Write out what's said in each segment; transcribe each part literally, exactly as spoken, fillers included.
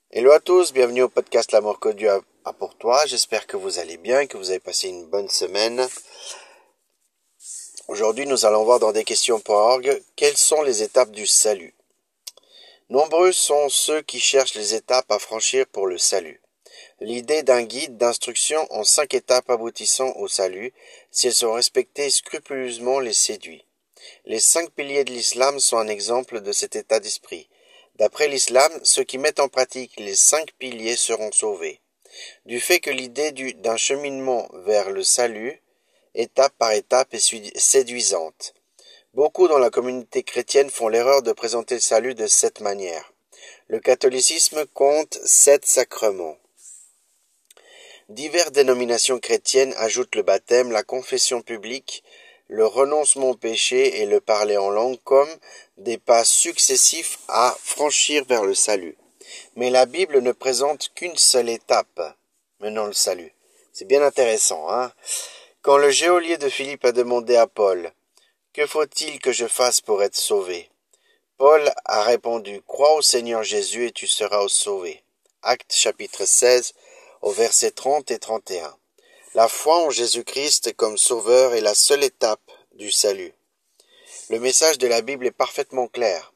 Hello à tous, bienvenue au podcast L'amour que Dieu a pour toi. J'espère que vous allez bien, que vous avez passé une bonne semaine. Aujourd'hui, nous allons voir dans desquestions point org quelles sont les étapes du salut. Nombreux sont ceux qui cherchent les étapes à franchir pour le salut. L'idée d'un guide d'instruction en cinq étapes aboutissant au salut, si elles sont respectées scrupuleusement, les séduit. Les cinq piliers de l'islam sont un exemple de cet état d'esprit. D'après l'islam, ceux qui mettent en pratique les cinq piliers seront sauvés. Du fait que l'idée d'un cheminement vers le salut, étape par étape, est séduisante. Beaucoup dans la communauté chrétienne font l'erreur de présenter le salut de cette manière. Le catholicisme compte sept sacrements. Diverses dénominations chrétiennes ajoutent le baptême, la confession publique, le renoncement au péché et le parler en langue comme des pas successifs à franchir vers le salut. Mais la Bible ne présente qu'une seule étape menant le salut. C'est bien intéressant, hein? Quand le geôlier de Philippe a demandé à Paul « Que faut-il que je fasse pour être sauvé ?» Paul a répondu « Crois au Seigneur Jésus et tu seras sauvé. » Actes chapitre seize au verset trente et trente et un. La foi en Jésus-Christ comme sauveur est la seule étape du salut. Le message de la Bible est parfaitement clair.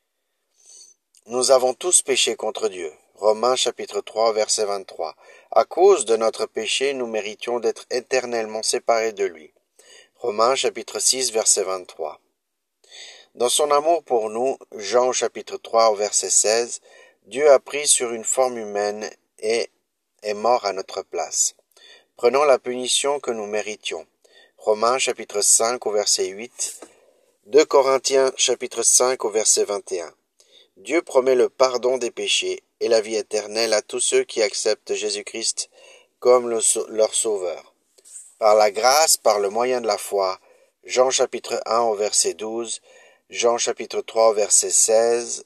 Nous avons tous péché contre Dieu. Romains chapitre trois verset vingt-trois. À cause de notre péché, nous méritions d'être éternellement séparés de lui. Romains chapitre six verset vingt-trois. Dans son amour pour nous, Jean chapitre trois verset seize, Dieu a pris sur une forme humaine et est mort à notre place, prenant la punition que nous méritions. Romains chapitre cinq au verset huit, deux Corinthiens chapitre cinq au verset vingt et un. Dieu promet le pardon des péchés et la vie éternelle à tous ceux qui acceptent Jésus-Christ comme le, leur sauveur. Par la grâce, par le moyen de la foi, Jean chapitre un au verset douze, Jean chapitre trois au verset seize,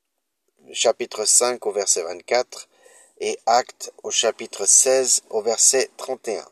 chapitre cinq au verset vingt-quatre et Actes au chapitre seize au verset trente et un.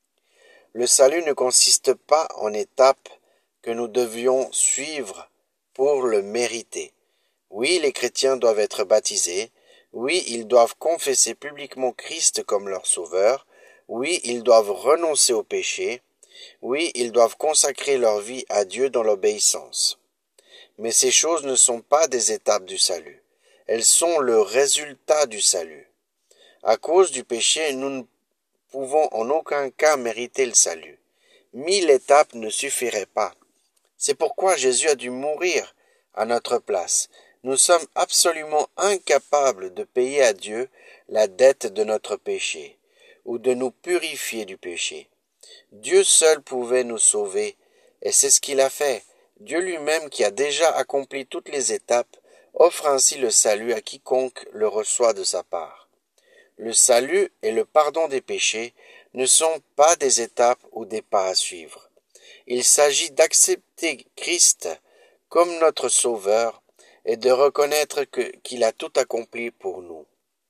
Le salut ne consiste pas en étapes que nous devions suivre pour le mériter. Oui, les chrétiens doivent être baptisés. Oui, ils doivent confesser publiquement Christ comme leur sauveur. Oui, ils doivent renoncer au péché. Oui, ils doivent consacrer leur vie à Dieu dans l'obéissance. Mais ces choses ne sont pas des étapes du salut. Elles sont le résultat du salut. À cause du péché, nous ne pouvons en aucun cas mériter le salut. Mille étapes ne suffiraient pas. C'est pourquoi Jésus a dû mourir à notre place. Nous sommes absolument incapables de payer à Dieu la dette de notre péché, ou de nous purifier du péché. Dieu seul pouvait nous sauver, et c'est ce qu'il a fait. Dieu lui-même, qui a déjà accompli toutes les étapes, offre ainsi le salut à quiconque le reçoit de sa part. Le salut et le pardon des péchés ne sont pas des étapes ou des pas à suivre. Il s'agit d'accepter Christ comme notre Sauveur et de reconnaître que, qu'il a tout accompli pour nous.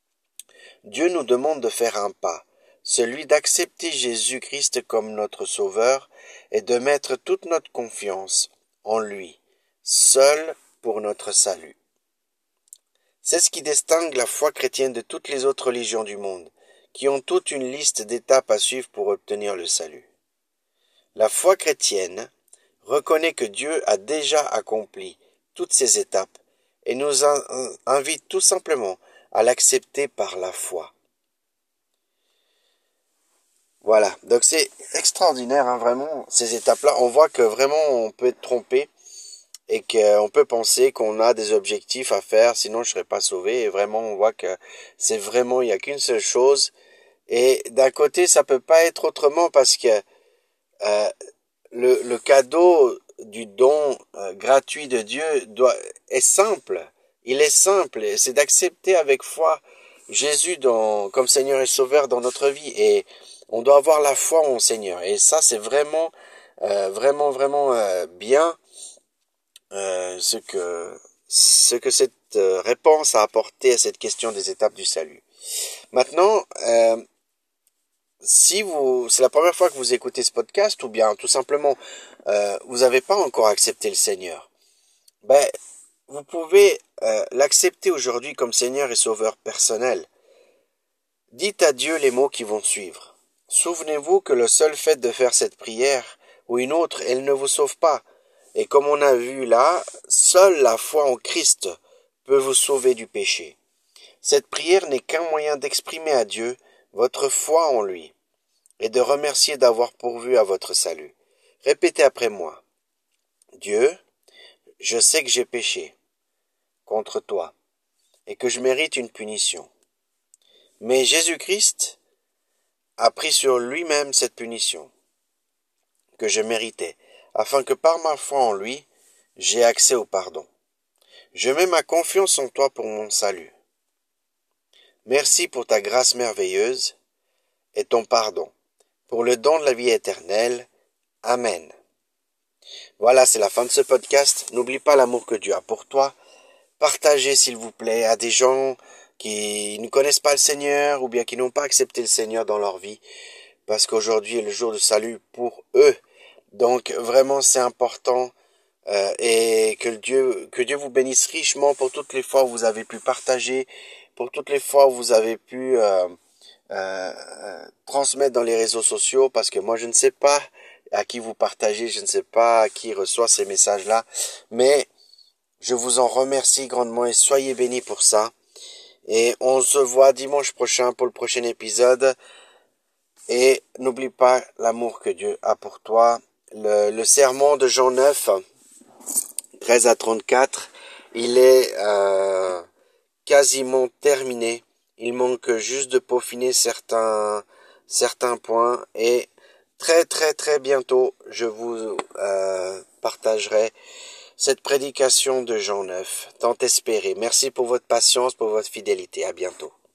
Dieu nous demande de faire un pas, celui d'accepter Jésus-Christ comme notre Sauveur et de mettre toute notre confiance en lui, seul pour notre salut. C'est ce qui distingue la foi chrétienne de toutes les autres religions du monde, qui ont toute une liste d'étapes à suivre pour obtenir le salut. La foi chrétienne reconnaît que Dieu a déjà accompli toutes ces étapes et nous invite tout simplement à l'accepter par la foi. Voilà, donc c'est extraordinaire, hein, vraiment, ces étapes-là. On voit que vraiment on peut être trompé et qu'on peut penser qu'on a des objectifs à faire, sinon je ne serais pas sauvé. Et vraiment, on voit que c'est vraiment, il n'y a qu'une seule chose. Et d'un côté, ça peut pas être autrement parce que euh, le, le cadeau du don euh, gratuit de Dieu doit, est simple. Il est simple, c'est d'accepter avec foi Jésus dans, comme Seigneur et Sauveur dans notre vie. Et on doit avoir la foi en Seigneur. Et ça, c'est vraiment, euh, vraiment, vraiment euh, bien euh, ce que ce que cette euh, réponse a apporté à cette question des étapes du salut. Maintenant, euh, si vous, c'est la première fois que vous écoutez ce podcast, ou bien tout simplement, euh, vous n'avez pas encore accepté le Seigneur, ben, vous pouvez euh, l'accepter aujourd'hui comme Seigneur et Sauveur personnel. Dites à Dieu les mots qui vont suivre. Souvenez-vous que le seul fait de faire cette prière ou une autre, elle ne vous sauve pas. Et comme on a vu là, seule la foi en Christ peut vous sauver du péché. Cette prière n'est qu'un moyen d'exprimer à Dieu votre foi en lui et de remercier d'avoir pourvu à votre salut. Répétez après moi. Dieu, je sais que j'ai péché contre toi et que je mérite une punition. Mais Jésus-Christ a pris sur lui-même cette punition que je méritais, afin que par ma foi en lui, j'ai accès au pardon. Je mets ma confiance en toi pour mon salut. Merci pour ta grâce merveilleuse et ton pardon, pour le don de la vie éternelle. Amen. Voilà, c'est la fin de ce podcast. N'oublie pas l'amour que Dieu a pour toi. Partagez, s'il vous plaît, à des gens qui ne connaissent pas le Seigneur ou bien qui n'ont pas accepté le Seigneur dans leur vie, parce qu'aujourd'hui est le jour de salut pour eux. Donc vraiment c'est important euh, et que Dieu que Dieu vous bénisse richement pour toutes les fois où vous avez pu partager, pour toutes les fois où vous avez pu euh, euh, transmettre dans les réseaux sociaux, parce que moi je ne sais pas à qui vous partagez, je ne sais pas à qui reçoit ces messages-là, mais je vous en remercie grandement et soyez bénis pour ça. Et on se voit dimanche prochain pour le prochain épisode. Et n'oublie pas l'amour que Dieu a pour toi. Le, le sermon de Jean neuf, treize à trente-quatre, il est euh, quasiment terminé. Il manque juste de peaufiner certains, certains points. Et très très très bientôt, je vous euh, partagerai cette prédication de Jean neuf, tant espérée. Merci pour votre patience, pour votre fidélité. À bientôt.